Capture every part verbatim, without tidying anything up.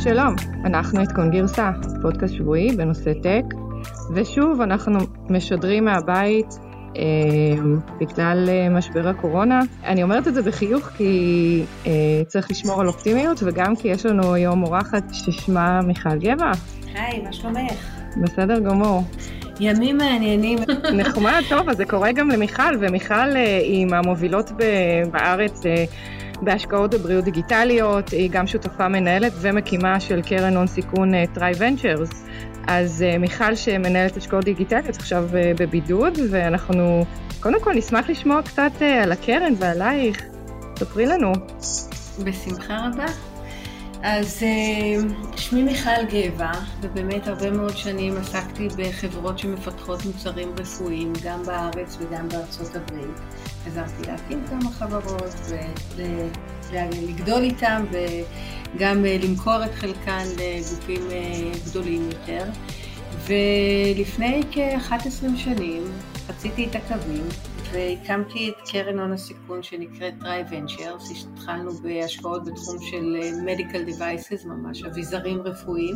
שלום, אנחנו עדכון גרסה, פודקאסט שבועי בנושא טק, ושוב אנחנו משדרים מהבית אה, בגלל משבר הקורונה. אני אומרת את זה בחיוך כי אה, צריך לשמור על אופטימיות, וגם כי יש לנו היום אורחת ששמה מיכל גבע. היי, מה שלומך? בסדר גמור. ימים מעניינים. נחמד, טוב, אז זה קורה גם למיכל, ומיכל אה, היא מהמובילות בארץ אה, בהשקעות בבריאות דיגיטליות, היא גם שותפה מנהלת ומקימה של קרן הון סיכון טריי ונצ'רס. אז מיכל שמנהלת השקעות דיגיטליות עכשיו בבידוד, ואנחנו קודם כל נשמח לשמוע קצת על הקרן ועלייך. ספרי לנו. בשמחה רבה. אז שמי מיכל גבע, ובאמת הרבה מאוד שנים עסקתי בחברות שמפתחות מוצרים רפואיים, גם בארץ וגם בארצות הברית. עזרתי להקים כמה חברות ולגדול איתם וגם למכור את חלקן לגופים גדולים יותר. ולפני כ-אחת עשרה שנים חציתי את הקווים והקמתי את קרן הון הסיכון שנקראת טריי ונצ'רס. התחלנו בהשקעות בתחום של medical devices, ממש אביזרים רפואיים.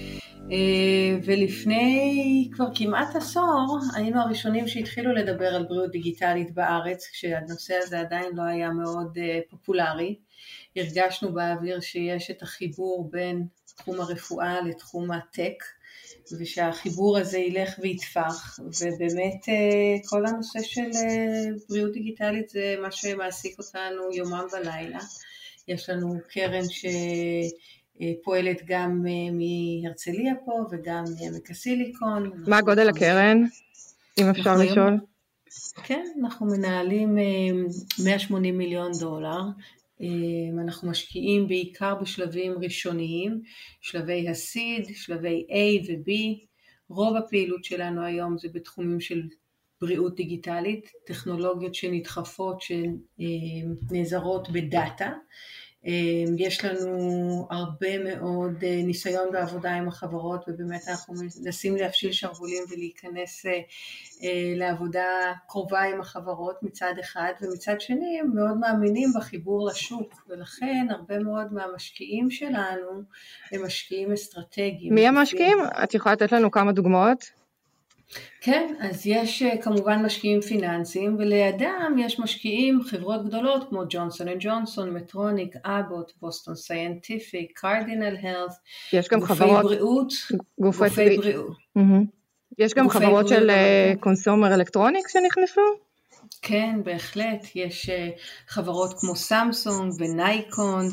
ולפני כבר כמעט עשור היינו הראשונים שהתחילו לדבר על בריאות דיגיטלית בארץ, כשהנושא הזה עדיין לא היה מאוד פופולרי. הרגשנו באוויר שיש את החיבור בין תחום הרפואה לתחום הטק, ושהחיבור הזה ילך ויתפח, ובאמת כל הנושא של בריאות דיגיטלית זה מה שמעסיק אותנו יומם ולילה. יש לנו קרן שפועלת גם מהרצליה פה וגם מעמק הסיליקון. מה גודל הקרן, אם אפשר לשאול? כן, אנחנו מנהלים מאה ושמונים מיליון דולר. אנחנו משקיעים בעיקר בשלבים ראשוניים, שלבי הסיד, שלבי A ו-B. רוב הפעילות שלנו היום זה בתחומים של בריאות דיגיטלית, טכנולוגיות שנדחפות, שנעזרות בדאטה. יש לנו הרבה מאוד ניסיון בעבודה עם החברות, ובאמת אנחנו מנסים להפשיל שרוולים ולהיכנס לעבודה קרובה עם החברות מצד אחד, ומצד שני הם מאוד מאמינים בחיבור לשוק, ולכן הרבה מאוד מהמשקיעים שלנו הם משקיעים אסטרטגיים. מי המשקיעים? את יכולה לתת לנו כמה דוגמאות? כן, אז יש כמובן משקיעים פיננסיים, ולידם יש משקיעים חברות גדולות כמו ג'ונסון אנד ג'ונסון, מטרוניק, אבוט, בוסטון סיינטיפיק, קרדינל הלת', יש גם גופי חברות, בריאות, גופי, גופי בריאות. Mm-hmm. יש גם חברות של קונסומר אלקטרוניקס שנכנסו? כן, בהחלט. יש חברות כמו סמסונג ונייקון,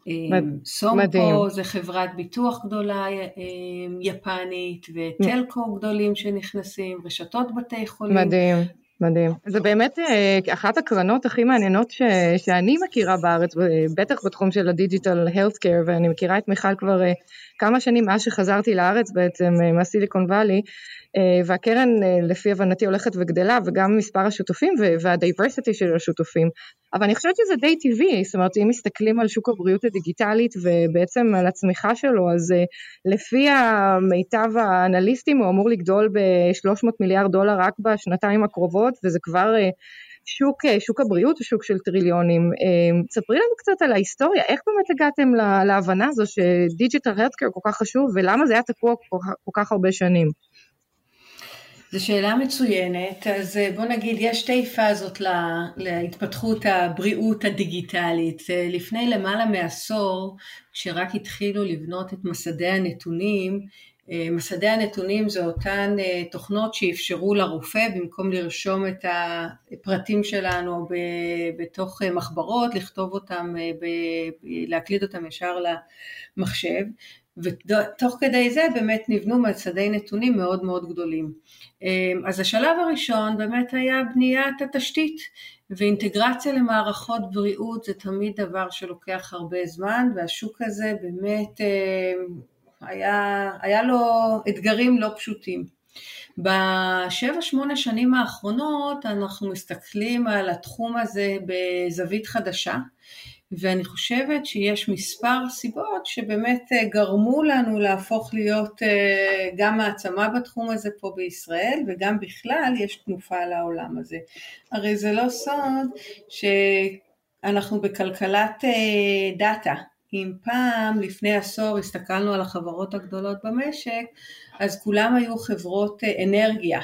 סומפו, זה חברת ביטוח גדולה יפנית, וטלקו גדולים שנכנסים, רשתות בתי חולים. מדהים, מדהים. זה באמת אחת הקרנות הכי מעניינות ש... שאני מכירה בארץ, בטח בתחום של הדיג'יטל הלת'קר, ואני מכירה את מיכל כבר כמה שנים מאז שחזרתי לארץ בעצם מהסיליקון ואלי, והקרן לפי הבנתי הולכת וגדלה, וגם מספר השותפים והדייברסיטי של השותפים. אבל אני חושבת שזה די טבעי, זאת אומרת, אם מסתכלים על שוק הבריאות הדיגיטלית ובעצם על הצמיחה שלו, אז לפי המיטב האנליסטים הוא אמור לגדול ב-שלוש מאות מיליארד דולר רק בשנתיים הקרובות, וזה כבר שוק, שוק הבריאות הוא שוק של טריליונים. תספרי לנו קצת על ההיסטוריה, איך באמת הגעתם להבנה הזו שדיג'יטל הלת'קר כל כך חשוב, ולמה זה היה תקוע כל כך הרבה שנים? זו שאלה מצוינת. אז בוא נגיד, יש שתי פאזות לה, להתפתחות הבריאות הדיגיטלית. לפני למעלה מעשור, כשרק התחילו לבנות את מסדי הנתונים, מסדי הנתונים זה אותן תוכנות שאפשרו לרופא, במקום לרשום את הפרטים שלנו בתוך מחברות, לכתוב אותם, להקליד אותם ישר למחשב, ותוך כדי זה באמת נבנו מסדי נתונים מאוד מאוד גדולים. אז השלב הראשון באמת היה בניית התשתית, ואינטגרציה למערכות בריאות זה תמיד דבר שלוקח הרבה זמן, והשוק הזה באמת היה, היה לו אתגרים לא פשוטים. בשבע שמונה שנים האחרונות אנחנו מסתכלים על התחום הזה בזווית חדשה, ואני חושבת שיש מספר סיבות שבאמת גרמו לנו להפוך להיות גם מעצמה בתחום הזה פה בישראל, וגם בכלל יש תנופה לעולם הזה. הרי זה לא סוד שאנחנו בכלכלת דאטה, אם פעם, לפני עשור, הסתכלנו על החברות הגדולות במשק, אז כולם היו חברות אנרגיה.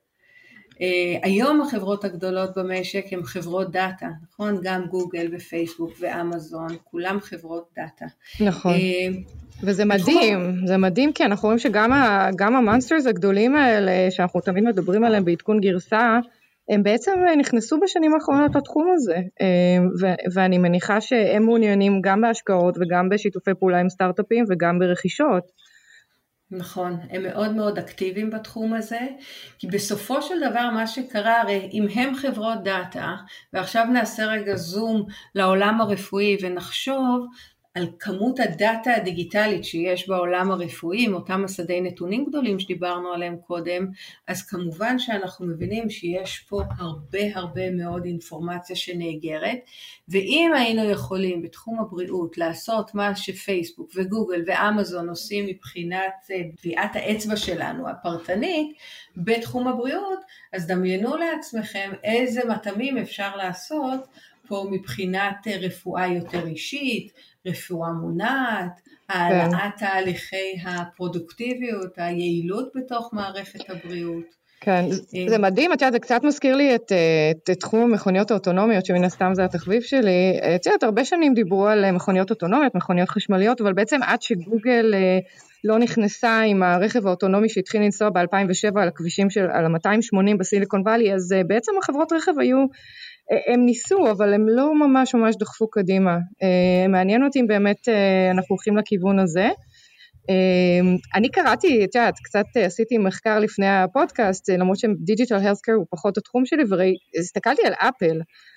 היום החברות הגדולות במשק הן חברות דאטה, נכון? גם גוגל ופייסבוק ואמזון, כולם חברות דאטה. נכון. וזה מדהים, זה מדהים כי אנחנו רואים שגם המונסטרס הגדולים האלה, שאנחנו תמיד מדברים עליהם בעדכון גרסה, הם בעצם נכנסו בשנים האחרונות לתחום הזה, ואני מניחה שהם מעוניינים גם בהשקעות וגם בשיתופי פעולה עם סטארט-אפים וגם ברכישות. נכון, הם מאוד מאוד אקטיביים בתחום הזה, כי בסופו של דבר מה שקרה, הרי אם הם חברות דאטה, ועכשיו נעשה רגע זום לעולם הרפואי ונחשוב על כמות הדאטה הדיגיטלית שיש בעולם הרפואי, עם אותם מסדי נתונים גדולים שדיברנו עליהם קודם, אז כמובן שאנחנו מבינים שיש פה הרבה הרבה מאוד אינפורמציה שנאגרת, ואם היינו יכולים בתחום הבריאות לעשות מה שפייסבוק וגוגל ואמזון עושים מבחינת טביעת האצבע שלנו הפרטנית בתחום הבריאות, אז דמיינו לעצמכם איזה מתאמים אפשר לעשות פה מבחינת רפואה יותר אישית, רפואה מונעת, העלאת תהליכי הפרודוקטיביות, היעילות בתוך מערכת הבריאות. כן, זה מדהים, את יודעת, זה קצת מזכיר לי את, את, את תחום המכוניות האוטונומיות, שמן הסתם זה התחביב שלי. את יודעת, הרבה שנים דיברו על מכוניות אוטונומיות, מכוניות חשמליות, אבל בעצם עד שגוגל לא נכנסה עם הרכב האוטונומי שהתחיל לנסוע ב-אלפיים ושבע על הכבישים של, על ה-מאתיים ושמונים בסיליקון ואלי, אז בעצם החברות רכב היו, הם ניסו, אבל הם לא ממש ממש דחפו קדימה. מעניין אותי אם באמת אנחנו הולכים לכיוון הזה. אני קראתי, את יודעת, קצת עשיתי מחקר לפני הפודקאסט, למרות שדיג'יטל הלת'קר הוא פחות התחום שלי, והסתכלתי על אפל,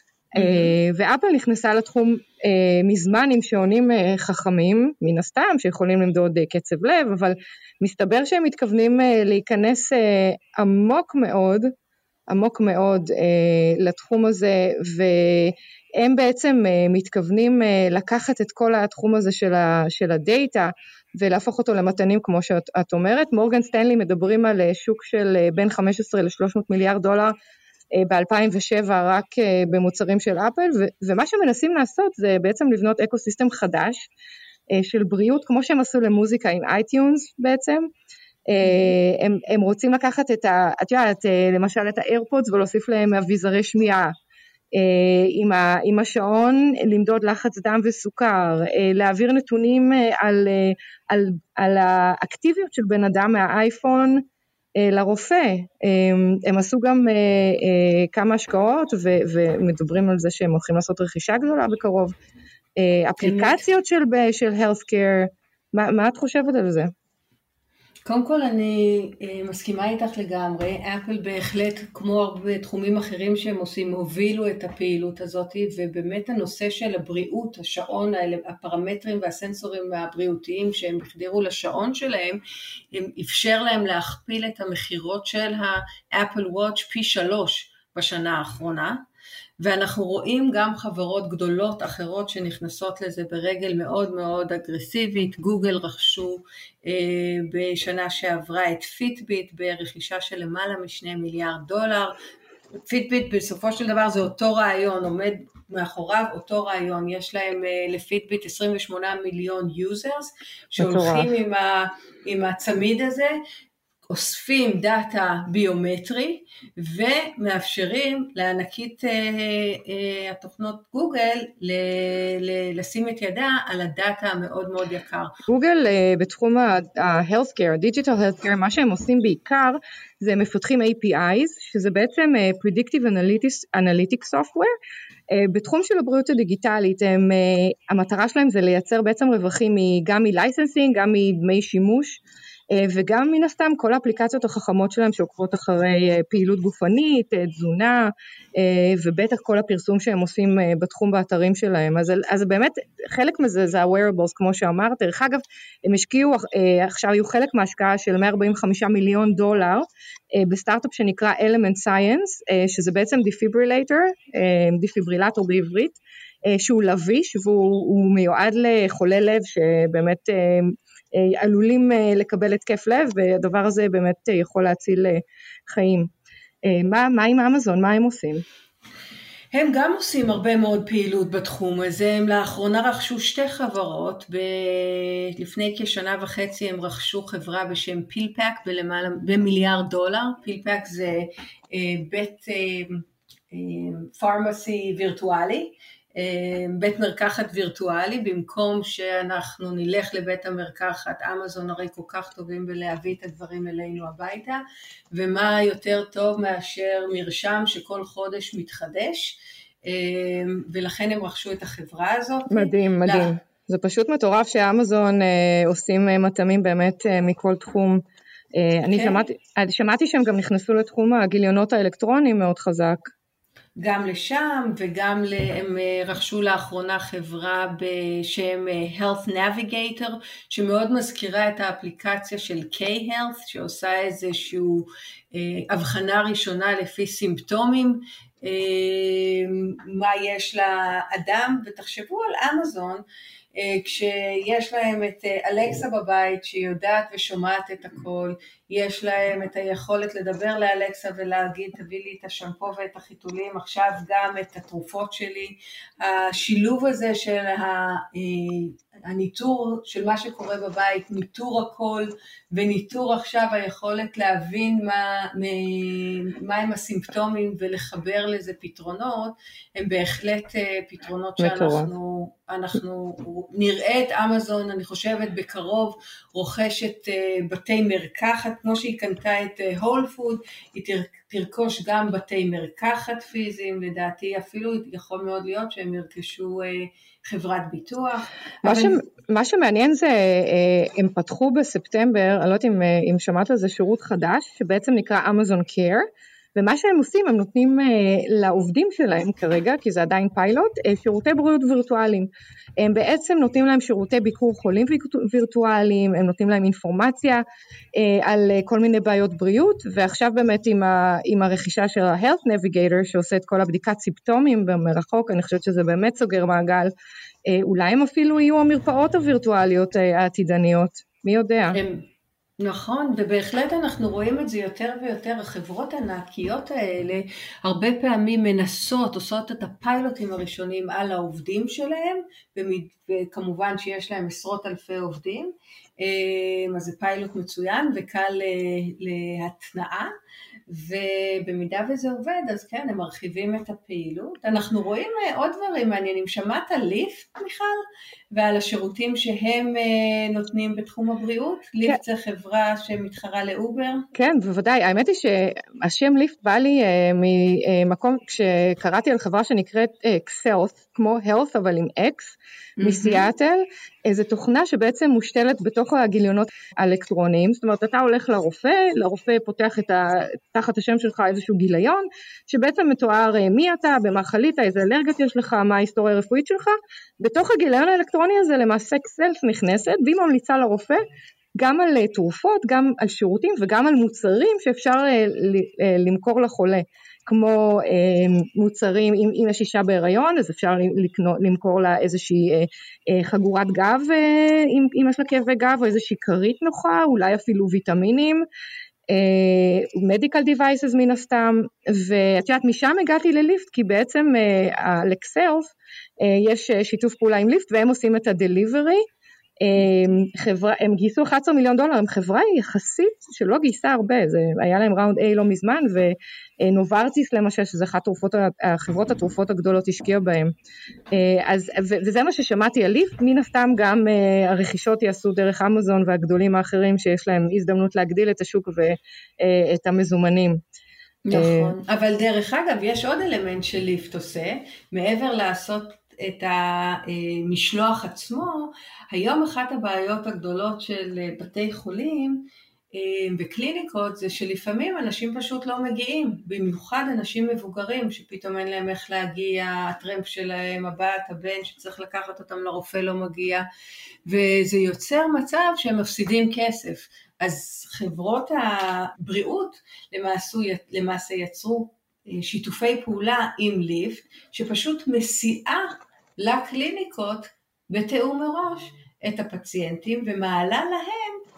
ואפל נכנסה לתחום מזמן עם שעונים חכמים, מן הסתם, שיכולים למדוד קצב לב, אבל מסתבר שהם מתכוונים להיכנס עמוק מאוד, עמוק מאוד לתחום הזה, והם בעצם מתכוונים לקחת את כל התחום הזה של הדאטה, ולהפוך אותו למתנים כמו שאת אומרת. מורגן סטנלי מדברים על שוק של בין חמש עשרה ל-שלוש מאות מיליארד דולר ב-אלפיים ושבע רק במוצרים של אפל, ומה שמנסים לעשות זה בעצם לבנות אקוסיסטם חדש של בריאות, כמו שהם עשו למוזיקה עם אייטיונס בעצם. הם, הם רוצים לקחת את ה, את יודעת, למשל את האיירפודס ולהוסיף להם אביזרי שמיעה, עם, ה, עם השעון למדוד לחץ דם וסוכר, להעביר נתונים על, על, על האקטיביות של בן אדם מהאייפון לרופא. הם עשו גם כמה השקעות ו, ומדברים על זה שהם הולכים לעשות רכישה גדולה בקרוב. אפליקציות של, של healthcare, מה, מה את חושבת על זה? קודם כל אני מסכימה איתך לגמרי, אפל בהחלט כמו הרבה תחומים אחרים שהם עושים הובילו את הפעילות הזאת, ובאמת הנושא של הבריאות, השעון, הפרמטרים והסנסורים הבריאותיים שהם החדירו לשעון שלהם, הם אפשר להם להכפיל את המחירות של האפל וואץ' פי שלוש בשנה האחרונה, ואנחנו רואים גם חברות גדולות אחרות שנכנסות לזה ברגל מאוד מאוד אגרסיבית. גוגל רכשו אה, בשנה שעברה את פיטביט ברכישה של למעלה משני מיליארד דולר. פיטביט בסופו של דבר זה אותו רעיון, עומד מאחוריו אותו רעיון, יש להם אה, לפיטביט עשרים ושמונה מיליון יוזרס שהולכים עם, ה, עם הצמיד הזה, אוספים דאטה ביומטרי ומאפשרים לענקית אה, אה, התוכנות גוגל ל, ל, לשים את ידה על הדאטה המאוד מאוד יקר. גוגל אה, בתחום ה-healthcare, digital healthcare, מה שהם עושים בעיקר זה מפתחים איי פי איז, שזה בעצם אה, predictive analytics, analytics software, אה, בתחום של הבריאות הדיגיטלית, הם, אה, המטרה שלהם זה לייצר בעצם רווחים גם מ-licensing, גם מדמי שימוש, וגם מן הסתם כל האפליקציות החכמות שלהם שעוקבות אחרי פעילות גופנית, תזונה, ובטח כל הפרסום שהם עושים בתחום באתרים שלהם. אז, אז באמת חלק מזה זה ה-wearables כמו שאמרת. דרך אגב, הם השקיעו, עכשיו היו חלק מההשקעה של מאה ארבעים וחמישה מיליון דולר בסטארט-אפ שנקרא Element Science, שזה בעצם דפיברילטור, דפיברילטור בעברית, שהוא לביש והוא מיועד לחולי לב שבאמת עלולים לקבל התקף לב, והדבר הזה באמת יכול להציל חיים. מה, מה עם אמזון? מה הם עושים? הם גם עושים הרבה מאוד פעילות בתחום הזה, הם לאחרונה רכשו שתי חברות, ב... לפני כשנה וחצי הם רכשו חברה בשם פילפק בלמעלה, במיליארד דולר, פילפק זה אה, בית אה, אה, פארמסי וירטואלי, בית מרקחת וירטואלי, במקום שאנחנו נלך לבית המרקחת, אמזון הרי כל כך טובים בלהביא את הדברים אלינו הביתה, ומה יותר טוב מאשר מרשם שכל חודש מתחדש, ולכן הם רכשו את החברה הזאת. מדהים, מדהים. לה... זה פשוט מטורף שאמזון עושים מתאמים באמת מכל תחום. אני שמעתי, שמעתי שהם גם נכנסו לתחום הגיליונות האלקטרוניים מאוד חזק. גם לשם, וגם הם רכשו לאחרונה חברה בשם Health Navigator, שמאוד מזכירה את האפליקציה של K-Health, שעושה איזושהי הבחנה ראשונה לפי סימפטומים, מה יש לאדם, ותחשבו על אמזון, כשיש להם את אלקסה בבית שהיא יודעת ושומעת את הכל, יש להם את היכולת לדבר לאלקסה ולהגיד תביא לי את השמפו ואת החיתולים, עכשיו גם את התרופות שלי, השילוב הזה של הניטור של מה שקורה בבית, ניטור הכל וניטור עכשיו היכולת להבין מה, מה הם הסימפטומים ולחבר לזה פתרונות, הם בהחלט פתרונות שאנחנו אנחנו נראה את אמזון, אני חושבת בקרוב רוכשת בתי מרקחת, כמו שהיא קנתה את הול פוד, היא תרכוש גם בתי מרקחת פיזיים, לדעתי אפילו יכול מאוד להיות שהם ירכשו חברת ביטוח. מה, אבל... ש... מה שמעניין זה, הם פתחו בספטמבר, אני לא יודעת אם, אם שמעת על זה שירות חדש, שבעצם נקרא אמזון קר, ומה שהם עושים, הם נותנים לעובדים שלהם כרגע, כי זה עדיין פיילוט, שירותי בריאות וירטואליים. הם בעצם נותנים להם שירותי ביקור חולים וירטואליים, הם נותנים להם אינפורמציה על כל מיני בעיות בריאות, ועכשיו באמת עם, ה, עם הרכישה של ה-Health Navigator, שעושה את כל הבדיקת סימפטומים במרחוק, אני חושבת שזה באמת סוגר מעגל, אולי הם אפילו יהיו המרפאות הווירטואליות העתידניות, מי יודע? הם... נכון, ובהחלט אנחנו רואים את זה יותר ויותר, החברות הענקיות האלה הרבה פעמים מנסות, עושות את הפיילוטים הראשונים על העובדים שלהם, וכמובן שיש להם עשרות אלפי עובדים, אז זה פיילוט מצוין וקל להתנאה, ובמידה וזה עובד, אז כן, הם מרחיבים את הפעילות. אנחנו רואים עוד דברים מעניינים, שמעת ליפט, מיכל, ועל השירותים שהם נותנים בתחום הבריאות? ליפט זה חברה שמתחרה לאובר? כן, בוודאי. האמת היא שהשם ליפט בא לי ממקום, כשקראתי על חברה שנקראת Xealth, כמו health אבל עם X, מסיאטל, איזו תוכנה שבעצם מושתלת בתוך הגיליונות האלקטרוניים, זאת אומרת, אתה הולך לרופא, לרופא פותח את ה, תחת השם שלך איזשהו גיליון, שבעצם מתואר מי אתה, במה חלית, איזה אלרגיות יש לך, מה ההיסטוריה הרפואית שלך, בתוך הגיליון האלקטרוני הזה למעשה סלף נכנסת, והיא ממליצה לרופא, גם על תרופות, גם על שירותים, וגם על מוצרים שאפשר למכור לחולה. כמו אה, מוצרים, אם, אם יש אישה בהיריון, אז אפשר לקנות, למכור לה איזושהי אה, אה, חגורת גב, אה, אם, אם יש לה כאבי גב, או איזושהי כרית נוחה, אולי אפילו ויטמינים, אה, medical devices מן הסתם, ואת יודעת, משם הגעתי לליפט, כי בעצם אה, ל-Xealth אה, יש שיתוף פעולה עם ליפט, והם עושים את ה-delivery, חברה, הם גייסו אחד עשר מיליון דולר, הם חברה יחסית שלא גייסה הרבה, זה היה להם ראונד A לא מזמן, ונוברטיס למשל, שזה אחת התרופות, החברות התרופות הגדולות השקיעו בהם, אז, וזה מה ששמעתי על ליפט, מן הסתם גם הרכישות יעשו דרך אמזון והגדולים האחרים, שיש להם הזדמנות להגדיל את השוק ואת המזומנים. נכון, אבל דרך אגב, יש עוד אלמנט של ליפט עושה, מעבר לעשות את המשלוח עצמו, היום אחת הבעיות הגדולות של בתי חולים וקליניקות זה שלפעמים אנשים פשוט לא מגיעים, במיוחד אנשים מבוגרים שפתאום אין להם איך להגיע, הטרמפ שלהם, הבת, הבן שצריך לקחת אותם לרופא לא מגיע, וזה יוצר מצב שהם מפסידים כסף. אז חברות הבריאות למעשה, למעשה יצרו שיתופי פעולה עם ליפט, שפשוט מסיעה לקליניקות בתיאום מראש את הפציינטים, ומעלה להם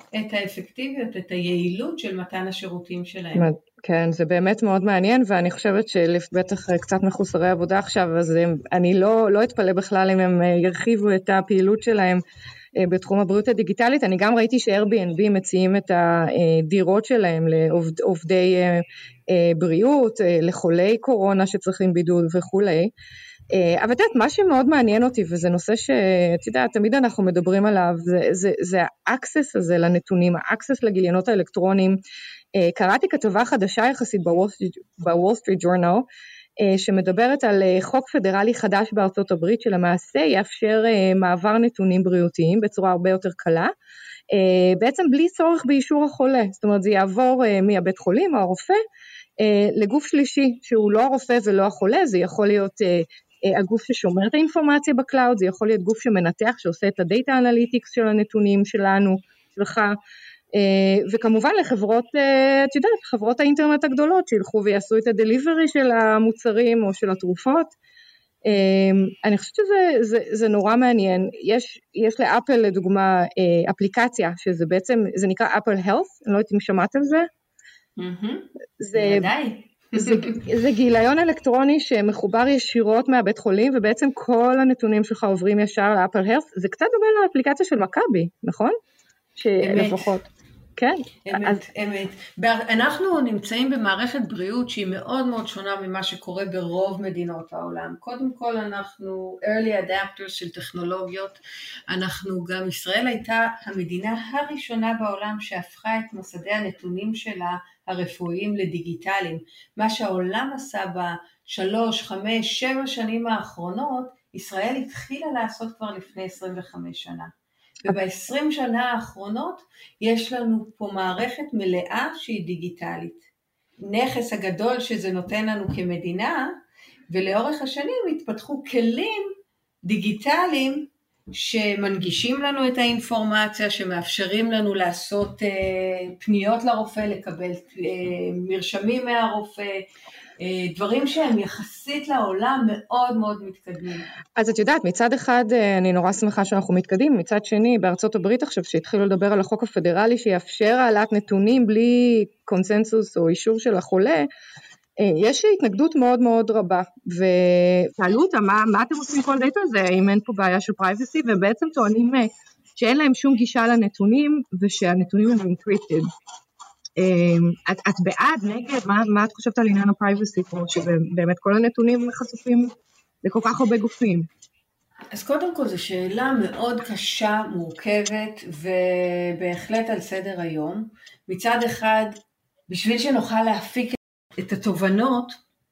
את האפקטיביות, את היעילות של מתן השירותים שלהם. כן, זה באמת מאוד מעניין, ואני חושבת שבטח קצת מחוסרי עבודה עכשיו, אז אני לא, לא אתפלא בכלל אם הם ירחיבו את הפעילות שלהם בתחום הבריאות הדיגיטלית. אני גם ראיתי ש-Airbnb מציעים את הדירות שלהם לעובדי בריאות, לחולי קורונה שצריכים בידוד וכולי. אבל את יודעת, מה שמאוד מעניין אותי, וזה נושא שאת יודעת, תמיד אנחנו מדברים עליו, זה, זה, זה האקסס הזה לנתונים, האקסס לגיליונות האלקטרוניים. קראתי כתבה חדשה יחסית בוול סטריט ג'ורנל, שמדברת על חוק פדרלי חדש בארצות הברית, שלמעשה יאפשר מעבר נתונים בריאותיים בצורה הרבה יותר קלה, בעצם בלי צורך באישור החולה. זאת אומרת, זה יעבור מהבית חולים או הרופא, לגוף שלישי, שהוא לא הרופא ולא החולה. זה יכול להיות הגוף ששומר את האינפורמציה בקלאוד, זה יכול להיות גוף שמנתח, שעושה את הדאטה אנליטיקס של הנתונים שלנו, שלך, וכמובן לחברות, את יודעת, חברות האינטרנט הגדולות, שילכו ויעשו את הדליברי של המוצרים או של התרופות. אני חושבת שזה זה, זה נורא מעניין. יש, יש לאפל לדוגמה אפליקציה, שזה בעצם, זה נקרא אפל הלת', אני לא יודעת אם שמעת על זה. זה, זה, זה גיליון אלקטרוני שמחובר ישירות מהבית חולים, ובעצם כל הנתונים שלך עוברים ישר לאפל הלת'. זה קצת דומה לאפליקציה של מכבי, נכון? שלפחות. כן. אמת, אז... אמת. אנחנו נמצאים במערכת בריאות שהיא מאוד מאוד שונה ממה שקורה ברוב מדינות העולם. קודם כל אנחנו early adapters של טכנולוגיות. אנחנו גם, ישראל הייתה המדינה הראשונה בעולם שהפכה את מוסדי הנתונים שלה הרפואיים לדיגיטליים. מה שהעולם עשה בשלוש, חמש, שבע שנים האחרונות, ישראל התחילה לעשות כבר לפני עשרים וחמש שנה. וב-עשרים שנה האחרונות יש לנו פה מערכת מלאה שהיא דיגיטלית. נכס הגדול שזה נותן לנו כמדינה, ולאורך השנים התפתחו כלים דיגיטליים שמנגישים לנו את האינפורמציה, שמאפשרים לנו לעשות אה, פניות לרופא, לקבל אה, מרשמים מהרופא, דברים שהם יחסית לעולם מאוד מאוד מתקדמים. אז את יודעת, מצד אחד אני נורא שמחה שאנחנו מתקדמים, מצד שני בארצות הברית עכשיו שהתחילו לדבר על החוק הפדרלי שיאפשר העלאת נתונים בלי קונסנזוס או אישור של החולה, יש התנגדות מאוד מאוד רבה, ושאלו אותם מה, מה אתם עושים כל דאטה הזה, אם אין פה בעיה של פרייבסי, ובעצם טוענים שאין להם שום גישה לנתונים ושהנתונים הם encrypted. את, את בעד, נגד, מה, מה את חושבת על עניין הפרייבסי פה, שבאמת כל הנתונים חשופים לכל כך הרבה גופים? אז קודם כל זו שאלה מאוד קשה, מורכבת, ובהחלט על סדר היום. מצד אחד, בשביל שנוכל להפיק את התובנות,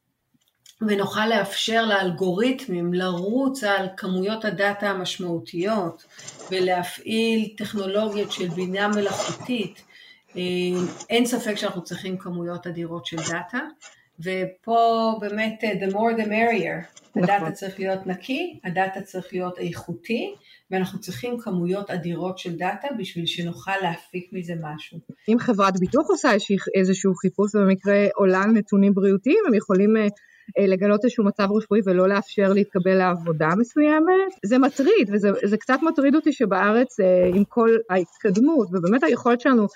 ונוכל לאפשר לאלגוריתמים לרוץ על כמויות הדאטה המשמעותיות, ולהפעיל טכנולוגיות של בינה מלאכותית, אין ספק שאנחנו צריכים כמויות אדירות של דאטה, ופה באמת the more the merrier, הדאטה צריך להיות נקי, הדאטה צריך להיות איכותי, ואנחנו צריכים כמויות אדירות של דאטה בשביל שנוכל להפיק מזה משהו. אם חברת ביטוח עושה איזשהו חיפוש במקרה עולה נתונים בריאותיים, הם יכולים לגלות איזשהו מצב רפואי ולא לאפשר להתקבל לעבודה מסוימת. זה מטריד, וזה זה קצת מטריד אותי שבארץ עם כל ההתקדמות, ובאמת היכולת שלנו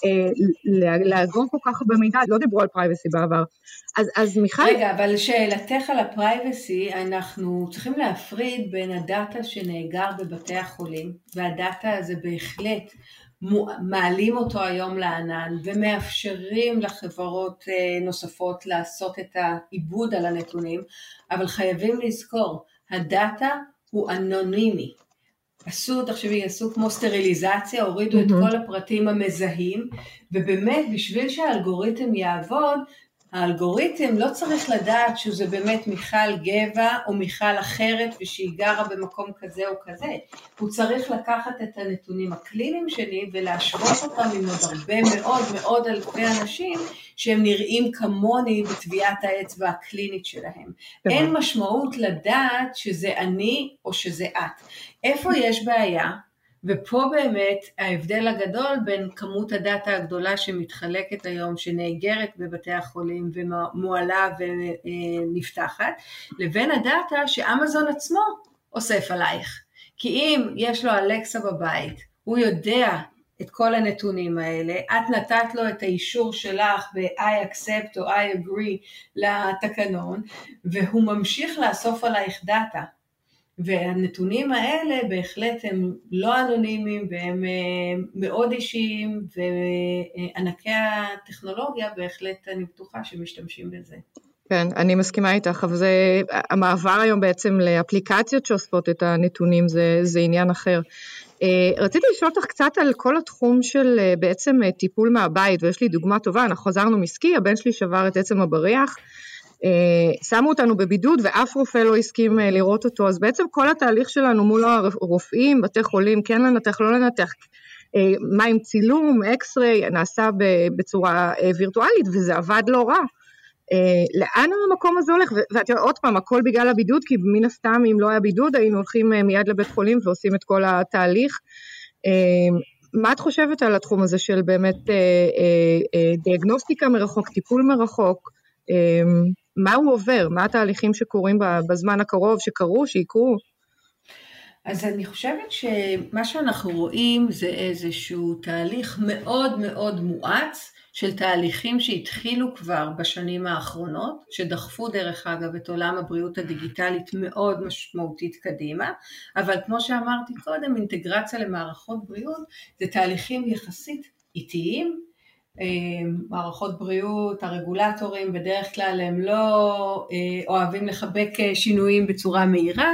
לאגור כל כך במידע, לא דיברו על פרייבסי בעבר. אז, אז מיכל... רגע, אבל שאלתך על הפרייבסי, אנחנו צריכים להפריד בין הדאטה שנאגר בבתי החולים, והדאטה הזה בהחלט מעלים אותו היום לענן, ומאפשרים לחברות נוספות לעשות את העיבוד על הנתונים, אבל חייבים לזכור, הדאטה הוא אנונימי. עשו, תחשבי, עשו כמו סטריליזציה, הורידו את כל הפרטים המזהים, ובאמת בשביל שהאלגוריתם יעבוד, האלגוריתם לא צריך לדעת שזה באמת מיכל גבע או מיכל אחרת ושהיא גרה במקום כזה או כזה. הוא צריך לקחת את הנתונים הקליניים שלי ולהשוות אותם עם עוד הרבה מאוד מאוד אלפי אנשים שהם נראים כמוני בטביעת האצבע הקלינית שלהם. אין משמעות לדעת שזה אני או שזה את. איפה יש בעיה? ופה באמת ההבדל הגדול בין כמות הדאטה הגדולה שמתחלקת היום, שנאגרת בבתי החולים ומועלה ונפתחת, לבין הדאטה שאמזון עצמו אוסף עלייך. כי אם יש לו אלקסה בבית, הוא יודע את כל הנתונים האלה, את נתת לו את האישור שלך ב-I accept או I agree לתקנון, והוא ממשיך לאסוף עלייך דאטה. והנתונים האלה בהחלט הם לא אנונימיים והם מאוד אישיים, וענקי הטכנולוגיה בהחלט אני בטוחה שמשתמשים בזה. כן, אני מסכימה איתך, אבל זה, המעבר היום בעצם לאפליקציות שאוספות את הנתונים, זה, זה עניין אחר. רציתי לשאול אותך קצת על כל התחום של בעצם טיפול מהבית, ויש לי דוגמה טובה, אנחנו חזרנו מסקי, הבן שלי שבר את עצם הבריח, שמו אותנו בבידוד ואף רופא לא הסכים לראות אותו, אז בעצם כל התהליך שלנו מול הרופאים, בתי חולים, כן לנתח, לא לנתח, מה עם צילום, אקס-ריי, נעשה בצורה וירטואלית, וזה עבד לא רע. לאן המקום הזה הולך? ואת יודעת, עוד פעם, הכל בגלל הבידוד, כי מן הסתם אם לא היה בידוד, היינו הולכים מיד לבית חולים ועושים את כל התהליך. מה את חושבת על התחום הזה של באמת דיאגנוסטיקה מרחוק, טיפול מרחוק? מה הוא עובר? מה התהליכים שקורים בזמן הקרוב, שקרו, שיקרו? אז אני חושבת שמה שאנחנו רואים זה איזשהו תהליך מאוד מאוד מואץ, של תהליכים שהתחילו כבר בשנים האחרונות, שדחפו דרך אגב את עולם הבריאות הדיגיטלית מאוד משמעותית קדימה, אבל כמו שאמרתי קודם, אינטגרציה למערכות בריאות, זה תהליכים יחסית איטיים, מערכות בריאות, הרגולטורים בדרך כלל הם לא אוהבים לחבק שינויים בצורה מהירה,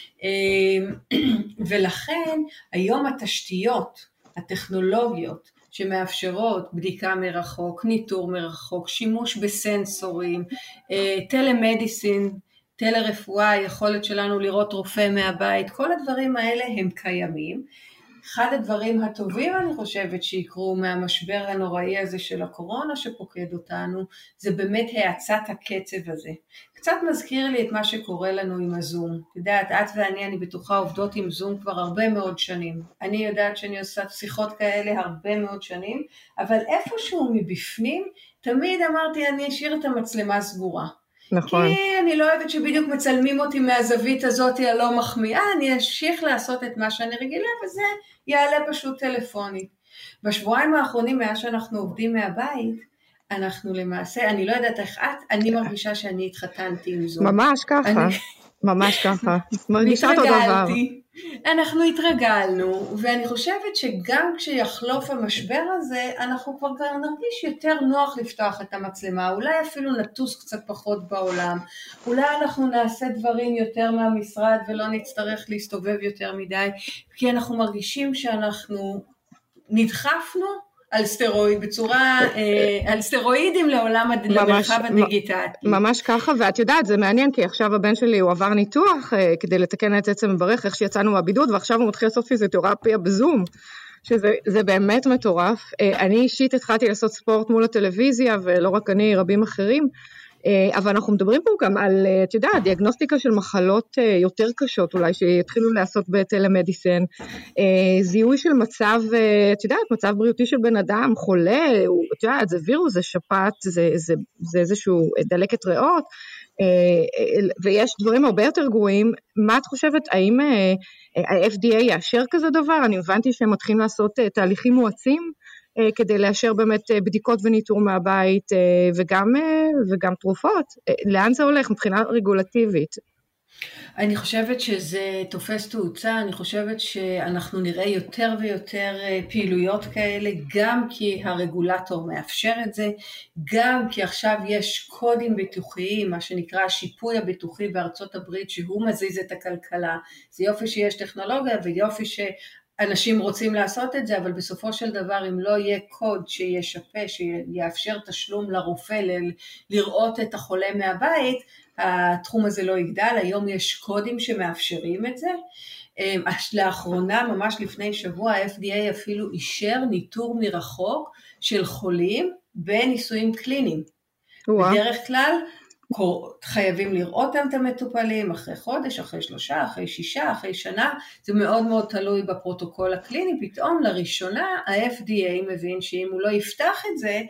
ולכן היום התשתיות, הטכנולוגיות, שמאפשרות בדיקה מרחוק, ניטור מרחוק, שימוש בסנסורים, טלמדיסין, טלרפואה, יכולת שלנו לראות רופא מהבית, כל הדברים האלה הם קיימים. אחד הדברים הטובים אני חושבת שיקרו מהמשבר הנוראי הזה של הקורונה שפוקד אותנו, זה באמת האצת הקצב הזה. קצת מזכיר לי את מה שקורה לנו עם הזום. את יודעת, את ואני, אני בטוחה, עובדות עם זום כבר הרבה מאוד שנים. אני יודעת שאני עושה שיחות כאלה הרבה מאוד שנים, אבל איפשהו מבפנים, תמיד אמרתי, אני אשאיר את המצלמה סגורה. נכון. כי אני לא אוהבת שבדיוק מצלמים אותי מהזווית הזאת הלא מחמיאה, אני אשאיר לעשות את מה שאני רגילה, וזה יעלה פשוט טלפונית. בשבועיים האחרונים, מאז שאנחנו עובדים מהבית, אנחנו למעשה, אני לא יודעת איך את, אני מרגישה שאני התחתנתי עם זו. ממש ככה, אני... ממש ככה, מרגישה אותו דבר. אנחנו התרגלנו, ואני חושבת שגם כשיחלוף המשבר הזה, אנחנו כבר נרגיש יותר נוח לפתוח את המצלמה, אולי אפילו נטוס קצת פחות בעולם, אולי אנחנו נעשה דברים יותר מהמשרד, ולא נצטרך להסתובב יותר מדי, כי אנחנו מרגישים שאנחנו נדחפנו, על סטרואיד, בצורה, על סטרואידים לעולם, למרחב הדיגיטלי. ממש ככה, ואת יודעת, זה מעניין, כי עכשיו הבן שלי הוא עבר ניתוח, כדי לתקן את עצם מברך, איך שיצאנו מהבידוד, ועכשיו הוא מתחיל לעשות פיזיותרפיה בזום, שזה באמת מטורף. אני אישית התחלתי לעשות ספורט מול הטלוויזיה, ולא רק אני, רבים אחרים, אבל אנחנו מדברים פה גם על, את יודעת, דיאגנוסטיקה של מחלות יותר קשות, אולי שיתחילו לעשות בטלמדיסין, זיהוי של מצב, את יודעת, מצב בריאותי של בן אדם, חולה, את יודעת, זה וירוס, זה שפעת, זה, זה, זה איזשהו דלקת ריאות, ויש דברים הרבה יותר גרועים. מה את חושבת, האם ה-F D A יאשר כזה דבר? אני הבנתי שהם מתחילים לעשות תהליכים מואצים, כדי לאשר באמת בדיקות וניטור מהבית, וגם, וגם תרופות. לאן זה הולך מבחינה רגולטיבית? אני חושבת שזה תופס תאוצה, אני חושבת שאנחנו נראה יותר ויותר פעילויות כאלה, גם כי הרגולטור מאפשר את זה, גם כי עכשיו יש קודים ביטוחיים, מה שנקרא השיפוי הביטוחי בארצות הברית, שהוא מזיז את הכלכלה. זה יופי שיש טכנולוגיה ויופי ש... אנשים רוצים לעשות את זה, אבל בסופו של דבר, אם לא יהיה קוד שישפה, שיאפשר תשלום לרופא ל- לראות את החולה מהבית, התחום הזה לא יגדל. היום יש קודים שמאפשרים את זה. לאחרונה, ממש לפני שבוע, ה-F D A אפילו אישר ניטור מרחוק של חולים בניסויים קליניים. בדרך כלל, חייבים לראות את המטופלים אחרי חודש, אחרי שלושה, אחרי שישה, אחרי שנה, זה מאוד מאוד תלוי בפרוטוקול הקליני. פתאום לראשונה ה-F D A מבין שאם הוא לא יפתח את זה,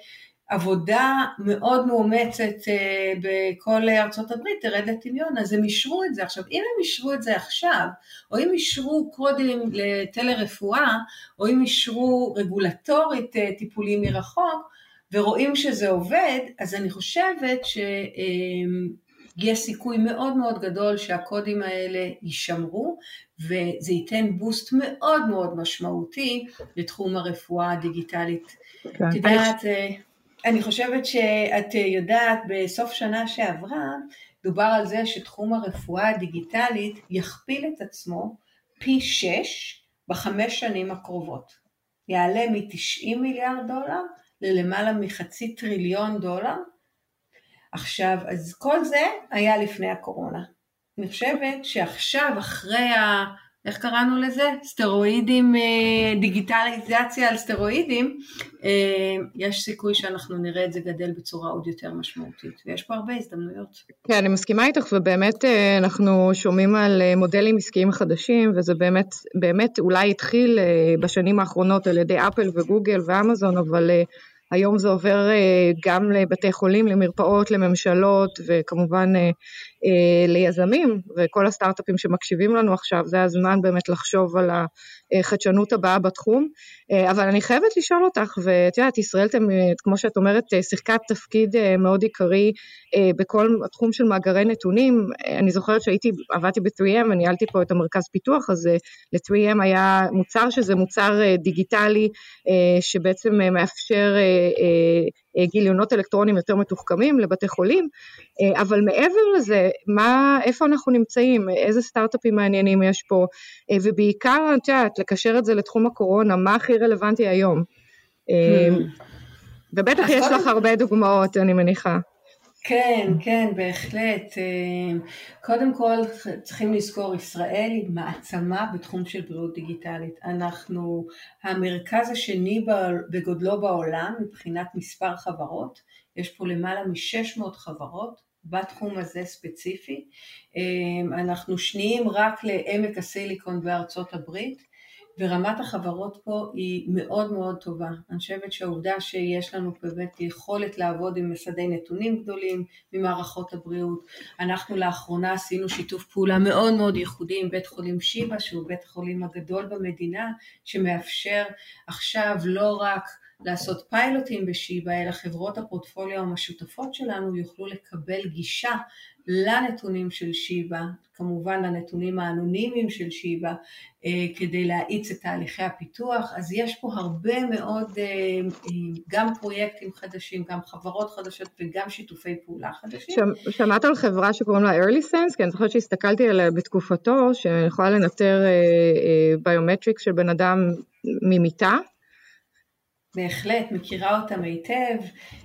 עבודה מאוד מאומצת בכל ארצות הברית תרד לטמיון, אז הם אישרו את זה. עכשיו, אם הם אישרו את זה עכשיו, או אם אישרו קודם לטלרפואה, או אם אישרו רגולטורית טיפולים מרחוק, ורואים שזה עובד, אז אני חושבת שיש סיכוי מאוד מאוד גדול שהקודים האלה יישמרו, וזה ייתן בוסט מאוד מאוד משמעותי לתחום הרפואה הדיגיטלית. את יודעת, אני חושבת שאת יודעת, בסוף שנה שעברה, דובר על זה שתחום הרפואה הדיגיטלית יכפיל את עצמו פי שש בחמש שנים הקרובות. יעלה מ-תשעים מיליארד דולר ללמעלה מחצי טריליון דולר. עכשיו, אז כל זה היה לפני הקורונה. אני חושבת שעכשיו, אחרי ה... איך קראנו לזה? סטרואידים, דיגיטליזציה על סטרואידים, יש סיכוי שאנחנו נראה את זה גדל בצורה עוד יותר משמעותית, ויש פה הרבה הזדמנויות. כן, אני מסכימה איתך, ובאמת אנחנו שומעים על מודלים עסקיים חדשים, וזה באמת, באמת אולי התחיל בשנים האחרונות על ידי אפל וגוגל ואמזון, אבל היום זה עובר גם לבתי חולים, למרפאות, לממשלות, וכמובן ליזמים, וכל הסטארט-אפים שמקשיבים לנו עכשיו, זה הזמן באמת לחשוב על החדשנות הבאה בתחום. אבל אני חייבת לשאול אותך, ואת יודעת, ישראל, כמו שאת אומרת, שיחקת תפקיד מאוד עיקרי בכל התחום של מאגרי נתונים. אני זוכרת שהייתי, עבדתי ב-תרי אם, וניהלתי פה את המרכז פיתוח, אז ל-תרי אם היה מוצר שזה מוצר דיגיטלי, שבעצם מאפשר גיליונות אלקטרונים יותר מתוחכמים לבתי חולים, אבל מעבר לזה, מה, איפה אנחנו נמצאים, איזה סטארט-אפים מעניינים יש פה, ובעיקר, את יודעת, לקשר את זה לתחום הקורונה, מה הכי רלוונטי היום? ובטח יש לך הרבה דוגמאות, אני מניחה. כן, כן, בהחלט. קודם כל צריכים לזכור, ישראל היא מעצמה בתחום של בריאות דיגיטלית. אנחנו המרכז השני בגודלו בעולם מבחינת מספר חברות. יש פה למעלה מ-שש מאות חברות בתחום הזה ספציפי. אנחנו שניים רק לעמק הסיליקון בארצות הברית. ורמת החברות פה היא מאוד מאוד טובה. אני חושבת שהעובדה שיש לנו באמת יכולת לעבוד עם מסדי נתונים גדולים ממערכות הבריאות. אנחנו לאחרונה עשינו שיתוף פעולה מאוד מאוד ייחודי עם בית חולים שיבא, שהוא בית החולים הגדול במדינה, שמאפשר עכשיו לא רק לעשות פיילוטים בשיבא, אלא חברות הפורטפוליו המשותפות שלנו יוכלו לקבל גישה לנתונים של שיבא, כמובן לנתונים האנונימיים של שיבא, כדי להאיץ את תהליכי הפיתוח. אז יש פה הרבה מאוד, גם פרויקטים חדשים, גם חברות חדשות וגם שיתופי פעולה חדשים. שמעת על חברה שקוראים לה Early Sense? כי אני זוכרת שהסתכלתי עליה בתקופתו, שיכולה לנטר ביומטריקס של בן אדם ממיטה, בהחלט, מכירה אותם היטב,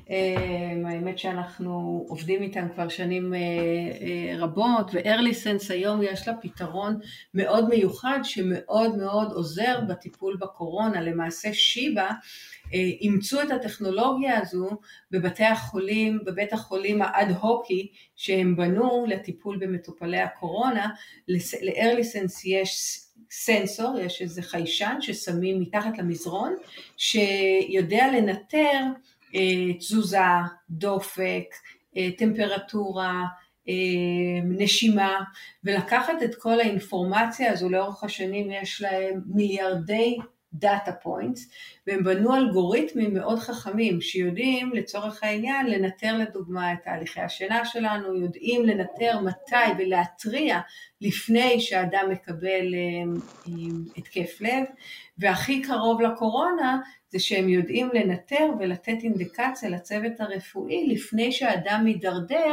האמת שאנחנו עובדים איתם כבר שנים רבות, ו-Early Sense היום יש לה פתרון מאוד מיוחד, שמאוד מאוד עוזר בטיפול בקורונה. למעשה שיבא אימצו את הטכנולוגיה הזו בבתי החולים, בבית החולים האד-הוקי, שהם בנו לטיפול במטופלי הקורונה. ל-Early Sense יש סנסור, יש איזה חיישן ששמים מתחת למזרון, שיודע לנטר אה, תזוזה, דופק, אה, טמפרטורה, אה, נשימה, ולקחת את כל האינפורמציה הזו. לאורך השנים יש להם מיליארדי דאטה פוינטס, והם בנו אלגוריתמים מאוד חכמים, שיודעים לצורך העניין לנטר לדוגמה את תהליכי השינה שלנו, יודעים לנטר מתי ולהתריע לפני שאדם מקבל התקף לב, והכי קרוב לקורונה זה שהם יודעים לנטר ולתת אינדיקציה לצוות הרפואי לפני שאדם מדרדר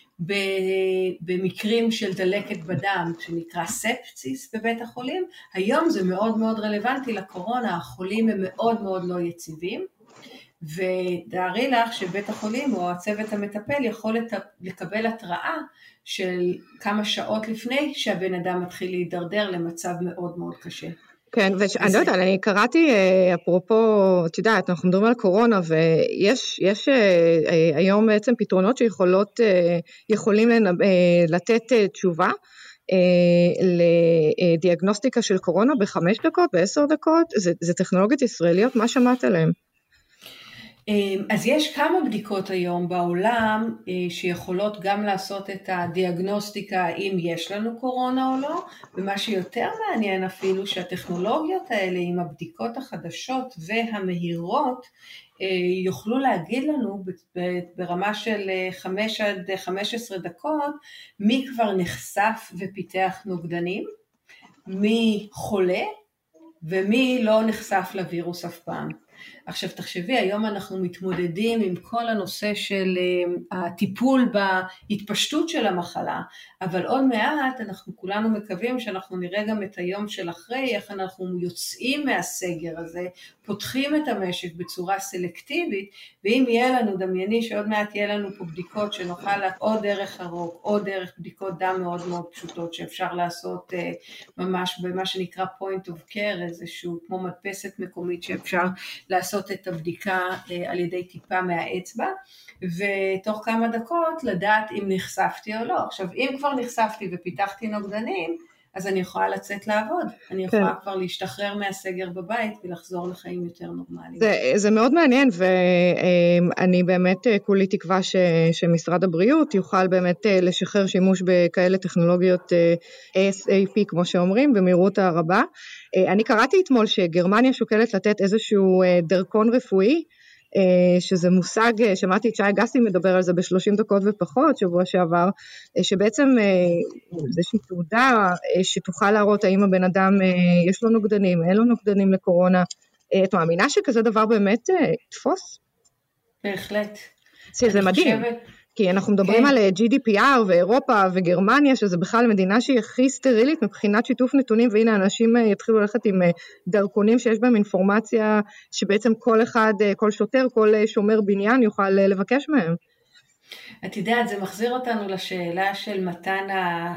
במקרים של דלקת בדם, שנקרא ספציס בבית החולים. היום זה מאוד מאוד רלוונטי לקורונה, החולים הם מאוד מאוד לא יציבים, ודערי לך שבית החולים או הצוות המטפל יכול לקבל התראה של כמה שעות לפני שהבן אדם מתחיל להידרדר למצב מאוד מאוד קשה. כן, ואני לא יודעת, אני קראתי, אפרופו, את יודעת, אנחנו מדברים על קורונה, ויש יש היום בעצם פתרונות שיכולות, יכולים לתת תשובה לדיאגנוסטיקה של קורונה בחמש דקות, בעשר דקות. זה, זה טכנולוגיות ישראליות, מה שמעת עליהן? אז יש כמה בדיקות היום בעולם שיכולות גם לעשות את הדיאגנוסטיקה אם יש לנו קורונה או לא, ומה שיותר מעניין אפילו שהטכנולוגיות האלה עם הבדיקות החדשות והמהירות יוכלו להגיד לנו ברמה של חמש עד חמש עשרה דקות מי כבר נחשף ופיתח נוגדנים, מי חולה ומי לא נחשף לווירוס אף פעם. עכשיו תחשבי, היום אנחנו מתמודדים עם כל הנושא של הטיפול בהתפשטות של המחלה, אבל עוד מעט אנחנו כולנו מקווים שאנחנו נראה גם את היום של אחרי, איך אנחנו יוצאים מהסגר הזה, פותחים את המשק בצורה סלקטיבית, ואם יהיה לנו, דמייני שעוד מעט יהיה לנו פה בדיקות שנוכל או דרך הרוק, או דרך בדיקות דם מאוד מאוד פשוטות, שאפשר לעשות ממש במה שנקרא point of care, איזשהו כמו מדפסת מקומית שאפשר לעשות את הבדיקה על ידי טיפה מהאצבע, ותוך כמה דקות לדעת אם נחשפתי או לא. עכשיו, אם כבר נחשפתי ופיתחתי נוגדנים, אז אני יכולה לצאת לעבוד, אני יכולה כן. כבר להשתחרר מהסגר בבית ולחזור לחיים יותר נורמליים. זה, זה מאוד מעניין, ואני באמת כולי תקווה ש, שמשרד הבריאות יוכל באמת לשחרר שימוש בכאלה טכנולוגיות איי אס איי פי, כמו שאומרים, במהירות הרבה. אני קראתי אתמול שגרמניה שוקלת לתת איזשהו דרכון רפואי, שזה מושג, שמעתי את שי גסי מדבר על זה ב-שלושים דקות ופחות, שבוע שעבר, שבעצם זה שהיא תעודה שתוכל להראות האם הבן אדם יש לו נוגדנים, אין לו נוגדנים לקורונה. את מאמינה שכזה דבר באמת תפוס? בהחלט. זה מדהים. חושבת... כי אנחנו מדברים כן. על ג'י די פי אר ואירופה וגרמניה, שזה בכלל מדינה שהיא הכי סטרילית מבחינת שיתוף נתונים, והנה אנשים יתחילו ללכת עם דרכונים שיש בהם אינפורמציה, שבעצם כל אחד, כל שוטר, כל שומר בניין יוכל לבקש מהם. את יודעת, זה מחזיר אותנו לשאלה של מתן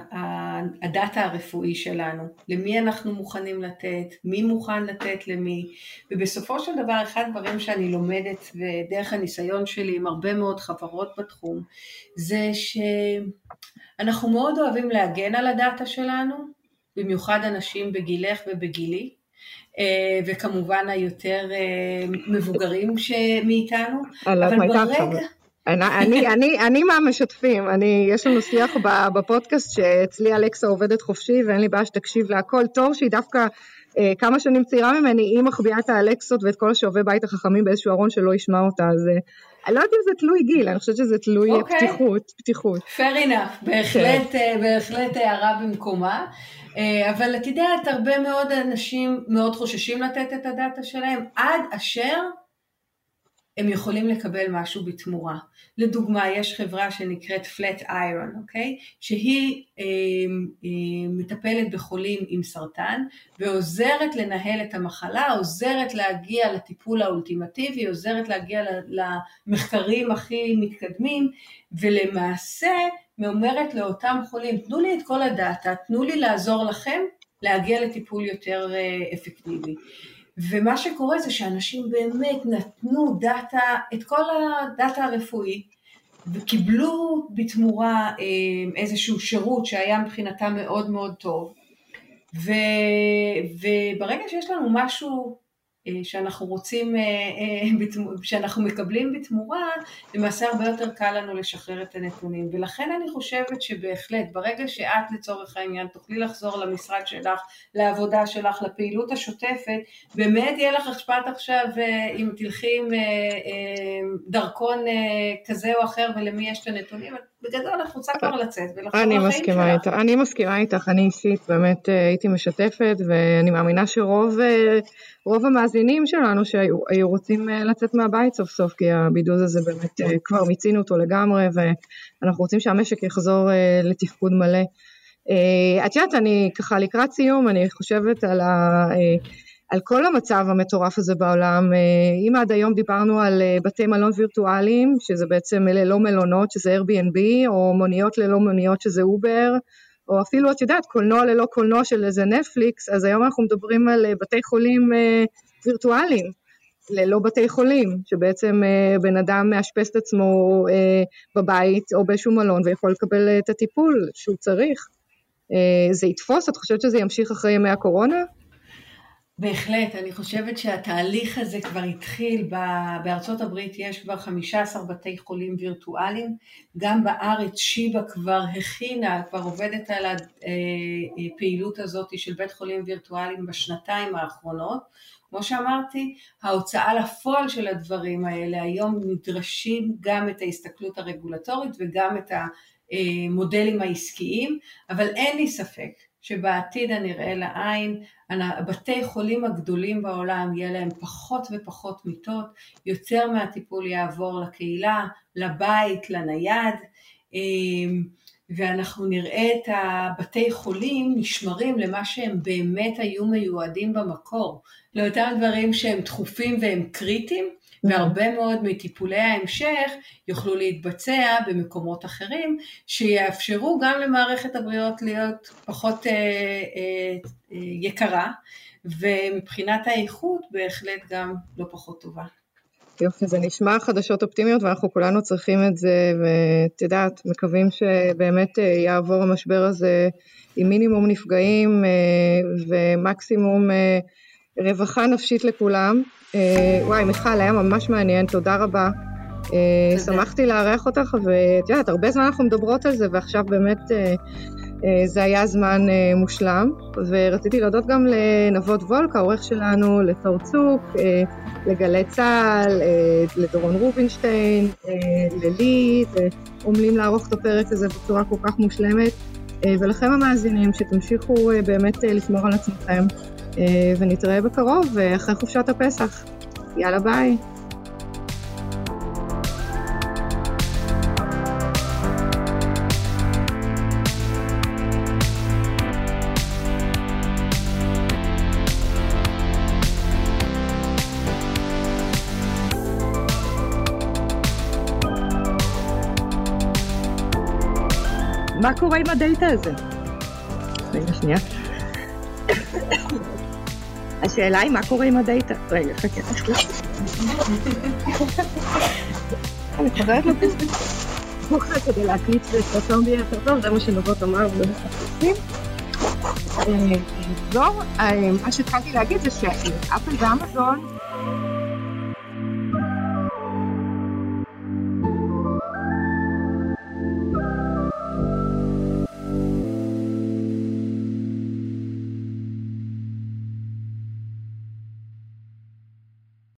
הדאטה הרפואי שלנו, למי אנחנו מוכנים לתת, מי מוכן לתת למי, ובסופו של דבר אחד הדברים שאני לומדת ודרך הניסיון שלי עם הרבה מאוד חברות בתחום, זה שאנחנו מאוד אוהבים להגן על הדאטה שלנו, במיוחד אנשים בגילך ובגילי, וכמובן היותר מבוגרים מאיתנו, אבל ברגע... אני, אני, אני, אני מהמשתפים, אני, יש לנו שיח בפודקאסט שאצלי אלכסה עובדת חופשי ואין לי בעיה שתקשיב להכל, תור שהיא דווקא אה, כמה שנים צעירה ממני, היא מחביאה את האלכסות ואת כל השואבי בית החכמים באיזשהו ארון שלא ישמע אותה, אז אני לא יודעת אם זה תלוי גיל, אני חושבת שזה תלוי okay. פתיחות, פתיחות. Fair enough, בהחלט, okay. בהחלט הערה במקומה, אבל את יודעת, הרבה מאוד אנשים מאוד חוששים לתת את הדאטה שלהם, עד אשר הם יכולים לקבל משהו בתמורה. לדוגמה, יש חברה שנקראת Flat Iron, אוקיי? שהיא אה, אה, מטפלת בחולים עם סרטן, ועוזרת לנהל את המחלה, עוזרת להגיע לטיפול האולטימטיבי, עוזרת להגיע למחקרים הכי מתקדמים, ולמעשה מאומרת לאותם חולים, תנו לי את כל הדאטה, תנו לי לעזור לכם, להגיע לטיפול יותר אה, אפקטיבי. ומה שקורה זה שאנשים באמת נתנו דאטה, את כל הדאטה הרפואי, וקיבלו בתמורה איזשהו שירות שהיה מבחינתם מאוד מאוד טוב. ו, וברגע שיש לנו משהו שאנחנו רוצים, שאנחנו מקבלים בתמורה, למעשה הרבה יותר קל לנו לשחרר את הנתונים. ולכן אני חושבת שבהחלט, ברגע שאת לצורך העניין תוכלי לחזור למשרד שלך, לעבודה שלך, לפעילות השוטפת, באמת יהיה לך אכפת עכשיו אם תלכי עם דרכון כזה או אחר ולמי יש את הנתונים, בגדול אנחנו רוצה כבר לצאת ולחזור לחיים שלך. אני מסכימה איתך, אני אישית באמת הייתי משתפת, ואני מאמינה שרוב רוב המאזינים שלנו שהיו רוצים לצאת מהבית סוף סוף, כי הבידוד הזה באמת כבר מיצינו אותו לגמרי, ואנחנו רוצים שהמשק יחזור לתפקוד מלא. את יודעת, אני ככה לקראת סיום, אני חושבת על ה... על כל המצב המטורף הזה בעולם. אם עד היום דיברנו על בתי מלון וירטואליים, שזה בעצם ללא מלונות, שזה Airbnb, או מוניות ללא מוניות, שזה אובר, או אפילו, את יודעת, קולנוע ללא קולנוע של איזה נטפליקס, אז היום אנחנו מדברים על בתי חולים וירטואליים, ללא בתי חולים, שבעצם בן אדם מאשפז את עצמו בבית, או באיזשהו מלון, ויכול לקבל את הטיפול שהוא צריך. זה יתפוס? את חושבת שזה ימשיך אחרי ימי הקורונה? בהחלט, אני חושבת שהתהליך הזה כבר התחיל, בארצות הברית יש כבר חמישה עשר בתי חולים וירטואליים, גם בארץ שיבא כבר הכינה, כבר עובדת על הפעילות הזאת של בית חולים וירטואליים בשנתיים האחרונות. כמו שאמרתי, ההוצאה לפועל של הדברים האלה, היום נדרשים גם את ההסתכלות הרגולטורית וגם את המודלים העסקיים, אבל אין לי ספק שבעתיד הנראה לעין, בתי חולים הגדולים בעולם יהיה להם פחות ופחות מיטות, יותר מהטיפול יעבור לקהילה, לבית, לנייד, ואנחנו נראה את הבתי חולים נשמרים למה שהם באמת היו מיועדים במקור, לאותם דברים שהם דחופים והם קריטיים, והרבה מאוד מטיפולי ההמשך יוכלו להתבצע במקומות אחרים, שיאפשרו גם למערכת הבריאות להיות פחות אה, אה, אה, יקרה, ומבחינת האיכות בהחלט גם לא פחות טובה. יופי, זה נשמע חדשות אופטימיות, ואנחנו כולנו צריכים את זה, ואת יודעת, מקווים שבאמת יעבור המשבר הזה עם מינימום נפגעים, ומקסימום רווחה נפשית לכולם. וואי, מיכל, היה ממש מעניין, תודה רבה. שמחתי לארח אותך, ואת יודעת, הרבה זמן אנחנו מדברות על זה, ועכשיו באמת זה היה זמן מושלם, ורציתי להודות גם לנבות וולק, העורך שלנו, לתור צוק, לגלי צהל, לדורון רובינשטיין, ללי, ועומלים לערוך את הפרק הזה בצורה כל כך מושלמת, ולכם המאזינים שתמשיכו באמת לשמור על עצמכם, ונתראה בקרוב אחרי חופשת הפסח. יאללה ביי. מה קורה עם הדאטה הזה? רגע, שנייה. השאלה היא מה קורה עם הדאטה. רגע, חכה. אני חוזרת לפה. מוכרח כדי להקליט וסרטון בי יותר טוב, זה מה שנובות אמר ובחצים. זו, מה שהתחלתי להגיד זה שאפל ואמזון